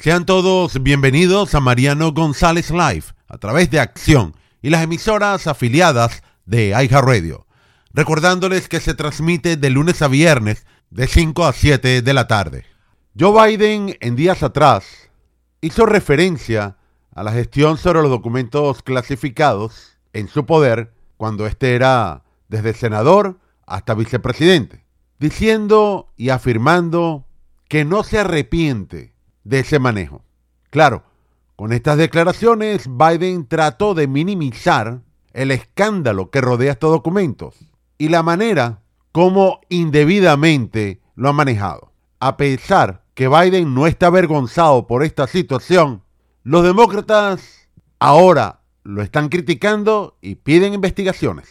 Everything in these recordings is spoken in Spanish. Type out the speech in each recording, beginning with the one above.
Sean todos bienvenidos a Mariano González Live a través de Acción y las emisoras afiliadas de iHeartRadio. Recordándoles que se transmite de lunes a viernes de 5 a 7 de la tarde. Joe Biden en días atrás hizo referencia a la gestión sobre los documentos clasificados en su poder cuando este era desde senador hasta vicepresidente, diciendo y afirmando que no se arrepiente de ese manejo. Claro, con estas declaraciones Biden trató de minimizar el escándalo que rodea estos documentos y la manera como indebidamente lo ha manejado. A pesar que Biden no está avergonzado por esta situación, los demócratas ahora lo están criticando y piden investigaciones.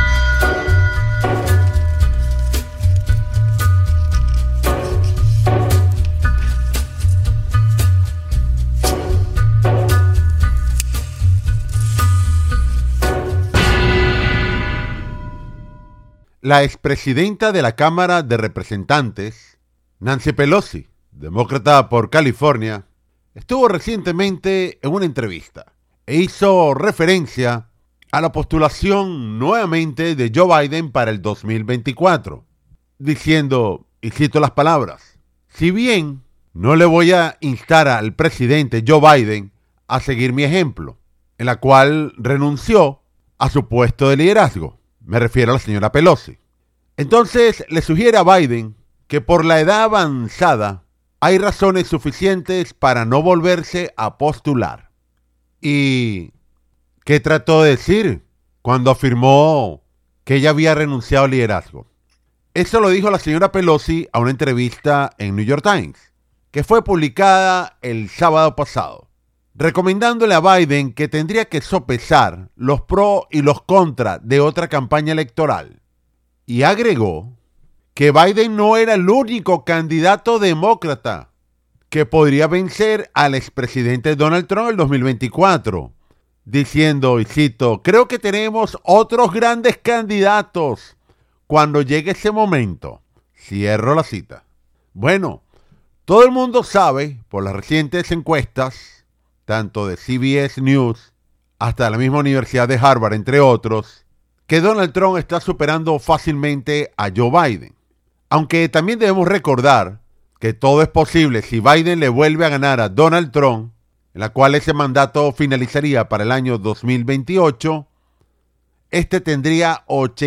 La expresidenta de la Cámara de Representantes, Nancy Pelosi, demócrata por California, estuvo recientemente en una entrevista e hizo referencia a la postulación nuevamente de Joe Biden para el 2024, diciendo, y cito las palabras, si bien no le voy a instar al presidente Joe Biden a seguir mi ejemplo, en la cual renunció a su puesto de liderazgo. Me refiero a la señora Pelosi. Entonces le sugiere a Biden que por la edad avanzada hay razones suficientes para no volverse a postular. ¿Y qué trató de decir cuando afirmó que ella había renunciado al liderazgo? Eso lo dijo la señora Pelosi a una entrevista en New York Times, que fue publicada el sábado pasado, recomendándole a Biden que tendría que sopesar los pros y los contras de otra campaña electoral. Y agregó que Biden no era el único candidato demócrata que podría vencer al expresidente Donald Trump en el 2024, diciendo, y cito, creo que tenemos otros grandes candidatos cuando llegue ese momento. Cierro la cita. Bueno, todo el mundo sabe, por las recientes encuestas, tanto de CBS News hasta la misma Universidad de Harvard, entre otros, que Donald Trump está superando fácilmente a Joe Biden. Aunque también debemos recordar que todo es posible si Biden le vuelve a ganar a Donald Trump, en la cual ese mandato finalizaría para el año 2028, este tendría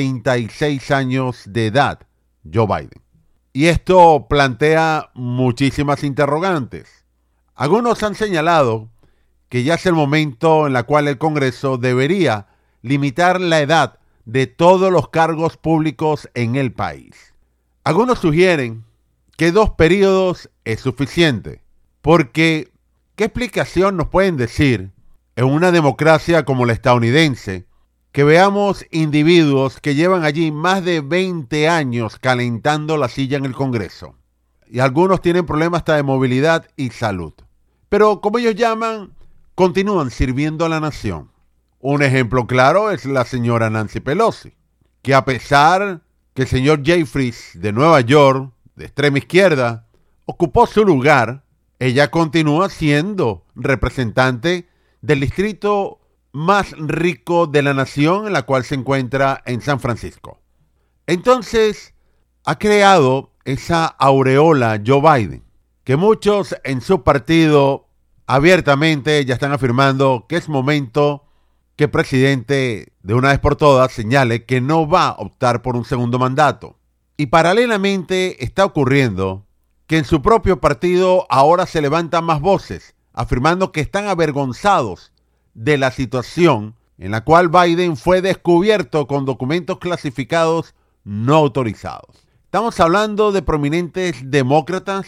86 años de edad, Joe Biden. Y esto plantea muchísimas interrogantes. Algunos han señalado que ya es el momento en el cual el Congreso debería limitar la edad de todos los cargos públicos en el país. Algunos sugieren que 2 periodos es suficiente, porque ¿qué explicación nos pueden decir en una democracia como la estadounidense que veamos individuos que llevan allí más de 20 años calentando la silla en el Congreso? Y algunos tienen problemas hasta de movilidad y salud. Pero como ellos llaman, continúan sirviendo a la nación. Un ejemplo claro es la señora Nancy Pelosi, que a pesar que el señor Jeffries de Nueva York, de extrema izquierda, ocupó su lugar, ella continúa siendo representante del distrito más rico de la nación, en la cual se encuentra en San Francisco. Entonces, ha creado esa aureola Joe Biden, que muchos en su partido abiertamente ya están afirmando que es momento que el presidente de una vez por todas señale que no va a optar por un segundo mandato. Y paralelamente está ocurriendo que en su propio partido ahora se levantan más voces, afirmando que están avergonzados de la situación en la cual Biden fue descubierto con documentos clasificados no autorizados. Estamos hablando de prominentes demócratas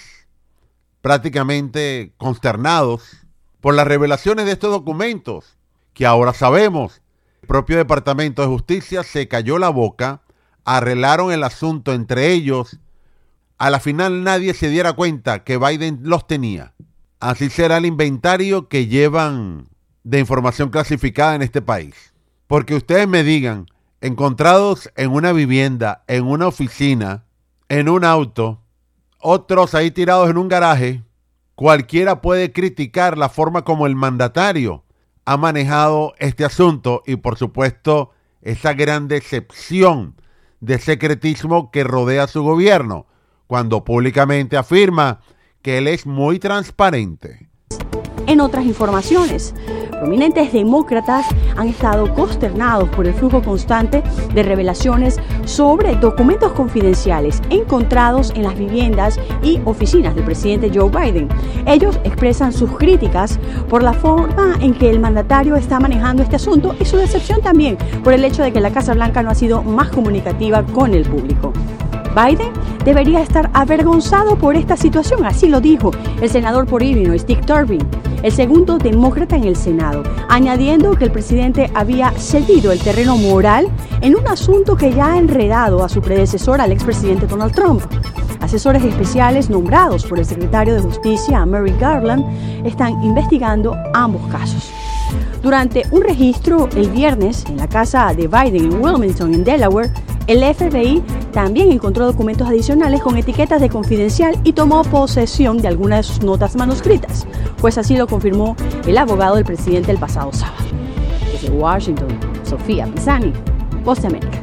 prácticamente consternados por las revelaciones de estos documentos, que ahora sabemos. El propio Departamento de Justicia se cayó la boca, arreglaron el asunto entre ellos, a la final nadie se diera cuenta que Biden los tenía. Así será el inventario que llevan de información clasificada en este país. Porque ustedes me digan, encontrados en una vivienda, en una oficina, en un auto, otros ahí tirados en un garaje, cualquiera puede criticar la forma como el mandatario ha manejado este asunto y, por supuesto, esa gran decepción de secretismo que rodea su gobierno, cuando públicamente afirma que él es muy transparente. En otras informaciones, prominentes demócratas han estado consternados por el flujo constante de revelaciones sobre documentos confidenciales encontrados en las viviendas y oficinas del presidente Joe Biden. Ellos expresan sus críticas por la forma en que el mandatario está manejando este asunto y su decepción también por el hecho de que la Casa Blanca no ha sido más comunicativa con el público. Biden debería estar avergonzado por esta situación, así lo dijo el senador por Illinois, Dick Durbin, el segundo demócrata en el Senado, añadiendo que el presidente había cedido el terreno moral en un asunto que ya ha enredado a su predecesor, al expresidente Donald Trump. Asesores especiales nombrados por el secretario de Justicia, Merrick Garland, están investigando ambos casos. Durante un registro el viernes en la casa de Biden en Wilmington, en Delaware, el FBI también encontró documentos adicionales con etiquetas de confidencial y tomó posesión de algunas de sus notas manuscritas, pues así lo confirmó el abogado del presidente el pasado sábado. Desde Washington, Sofía Pisani, Voz de América.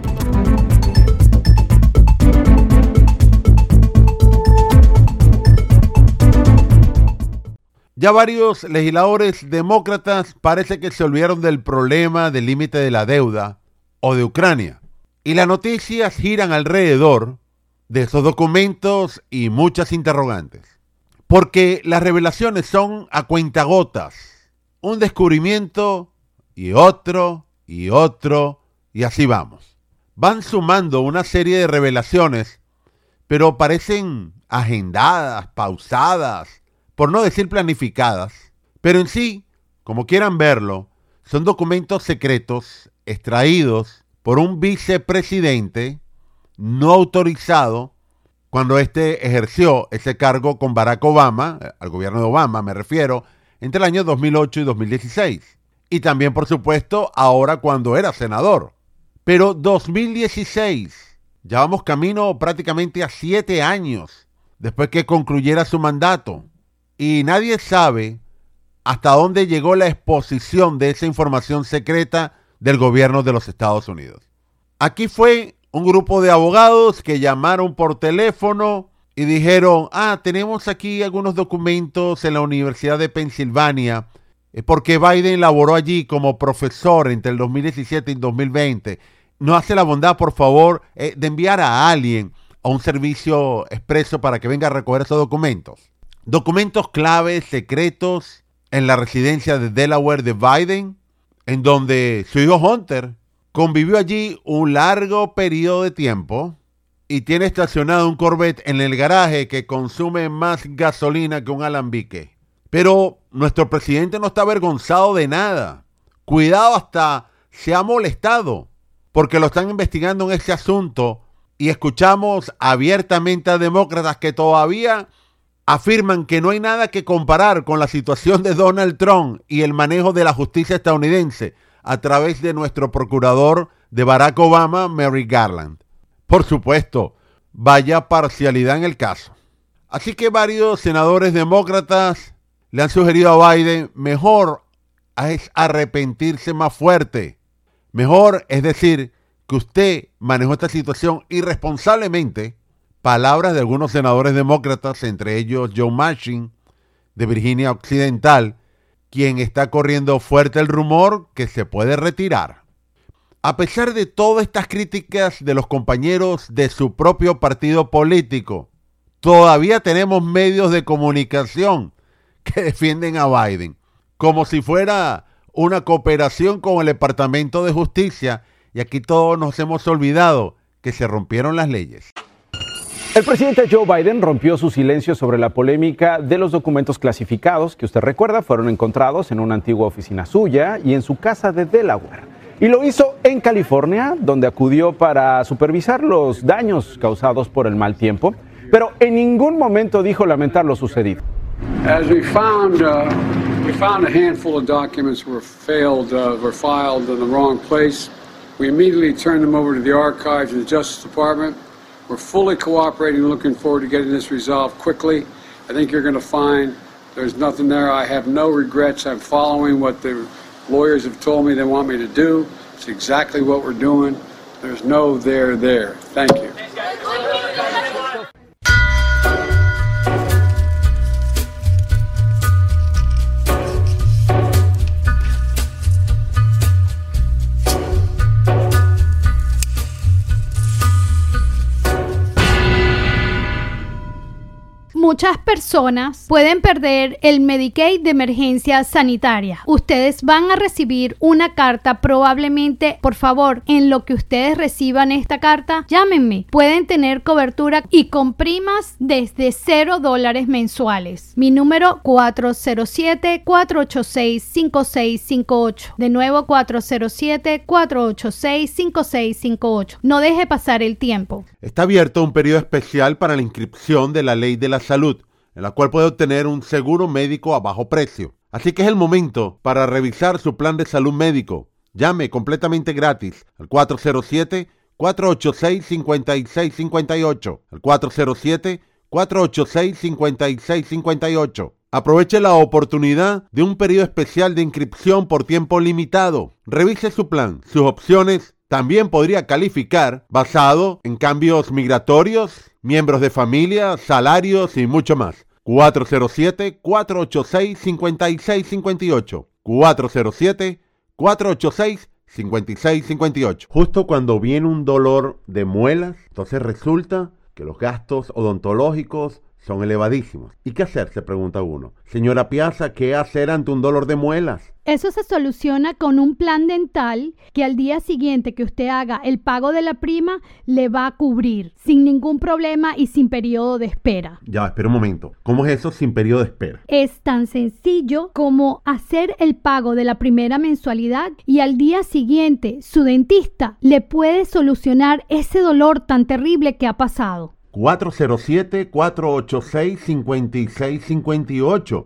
Ya varios legisladores demócratas parece que se olvidaron del problema del límite de la deuda o de Ucrania. Y las noticias giran alrededor de esos documentos y muchas interrogantes. Porque las revelaciones son a cuentagotas. Un descubrimiento y otro y otro y así vamos. Van sumando una serie de revelaciones, pero parecen agendadas, pausadas, por no decir planificadas. Pero en sí, como quieran verlo, son documentos secretos extraídos por un vicepresidente no autorizado cuando éste ejerció ese cargo con Barack Obama, al gobierno de Obama me refiero, entre el año 2008 y 2016. Y también, por supuesto, ahora cuando era senador. Pero 2016, ya vamos camino prácticamente a 7 años después que concluyera su mandato. Y nadie sabe hasta dónde llegó la exposición de esa información secreta del gobierno de los Estados Unidos. Aquí fue un grupo de abogados que llamaron por teléfono y dijeron, tenemos aquí algunos documentos en la Universidad de Pensilvania, porque Biden laboró allí como profesor entre el 2017 y 2020. ¿No hace la bondad, por favor, de enviar a alguien a un servicio expreso para que venga a recoger esos documentos? Documentos claves, secretos, en la residencia de Delaware de Biden, en donde su hijo Hunter convivió allí un largo periodo de tiempo y tiene estacionado un Corvette en el garaje que consume más gasolina que un alambique. Pero nuestro presidente no está avergonzado de nada. Cuidado, hasta se ha molestado porque lo están investigando en ese asunto y escuchamos abiertamente a demócratas que todavía afirman que no hay nada que comparar con la situación de Donald Trump y el manejo de la justicia estadounidense a través de nuestro procurador de Barack Obama, Merrick Garland. Por supuesto, vaya parcialidad en el caso. Así que varios senadores demócratas le han sugerido a Biden, mejor es arrepentirse más fuerte. Mejor es decir que usted manejó esta situación irresponsablemente. Palabras de algunos senadores demócratas, entre ellos Joe Manchin, de Virginia Occidental, quien está corriendo fuerte el rumor que se puede retirar. A pesar de todas estas críticas de los compañeros de su propio partido político, todavía tenemos medios de comunicación que defienden a Biden, como si fuera una cooperación con el Departamento de Justicia, y aquí todos nos hemos olvidado que se rompieron las leyes. El presidente Joe Biden rompió su silencio sobre la polémica de los documentos clasificados que usted recuerda fueron encontrados en una antigua oficina suya y en su casa de Delaware. Y lo hizo en California, donde acudió para supervisar los daños causados por el mal tiempo, pero en ningún momento dijo lamentar lo sucedido. As we found a handful of documents were filed in the wrong place. We immediately turned them over to the archives of the Justice Department. We're fully cooperating and looking forward to getting this resolved quickly. I think you're going to find There's nothing there. I have no regrets. I'm following what the lawyers have told me they want me to do. It's exactly what we're doing. There's no there. Thank you. Muchas personas pueden perder el Medicaid de emergencia sanitaria. Ustedes van a recibir una carta probablemente, por favor, en lo que ustedes reciban esta carta, llámenme. Pueden tener cobertura y con primas desde $0 mensuales. Mi número 407-486-5658. De nuevo 407-486-5658. No deje pasar el tiempo. Está abierto un periodo especial para la inscripción de la Ley de la Salud, en la cual puede obtener un seguro médico a bajo precio. Así que es el momento para revisar su plan de salud médico. Llame completamente gratis al 407-486-5658. Al 407-486-5658. Aproveche la oportunidad de un periodo especial de inscripción por tiempo limitado. Revise su plan, sus opciones. También podría calificar basado en cambios migratorios, miembros de familia, salarios y mucho más. 407-486-5658. 407-486-5658. Justo cuando viene un dolor de muelas, entonces resulta que los gastos odontológicos son elevadísimos. ¿Y qué hacer?, se pregunta uno. Señora Piazza, ¿qué hacer ante un dolor de muelas? Eso se soluciona con un plan dental que al día siguiente que usted haga el pago de la prima le va a cubrir sin ningún problema y sin periodo de espera. Ya, espera un momento. ¿Cómo es eso sin periodo de espera? Es tan sencillo como hacer el pago de la primera mensualidad y al día siguiente su dentista le puede solucionar ese dolor tan terrible que ha pasado. 407-486-5658.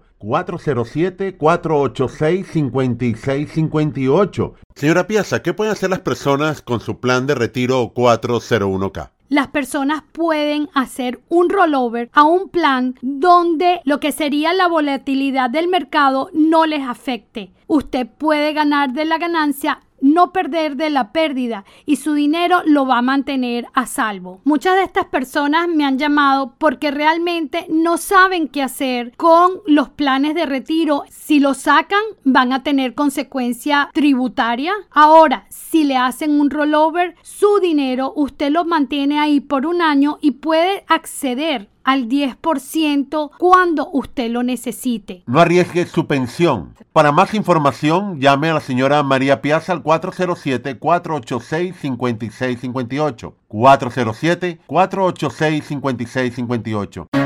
407-486-5658. Señora Piazza, ¿qué pueden hacer las personas con su plan de retiro 401k? Las personas pueden hacer un rollover a un plan donde lo que sería la volatilidad del mercado no les afecte. Usted puede ganar de la ganancia, no perder de la pérdida y su dinero lo va a mantener a salvo. Muchas de estas personas me han llamado porque realmente no saben qué hacer con los planes de retiro. Si lo sacan, van a tener consecuencia tributaria. Ahora, si le hacen un rollover, su dinero usted lo mantiene ahí por un año y puede acceder al 10% cuando usted lo necesite. No arriesgue su pensión. Para más información, llame a la señora María Piazza al 407-486-5658. 407-486-5658.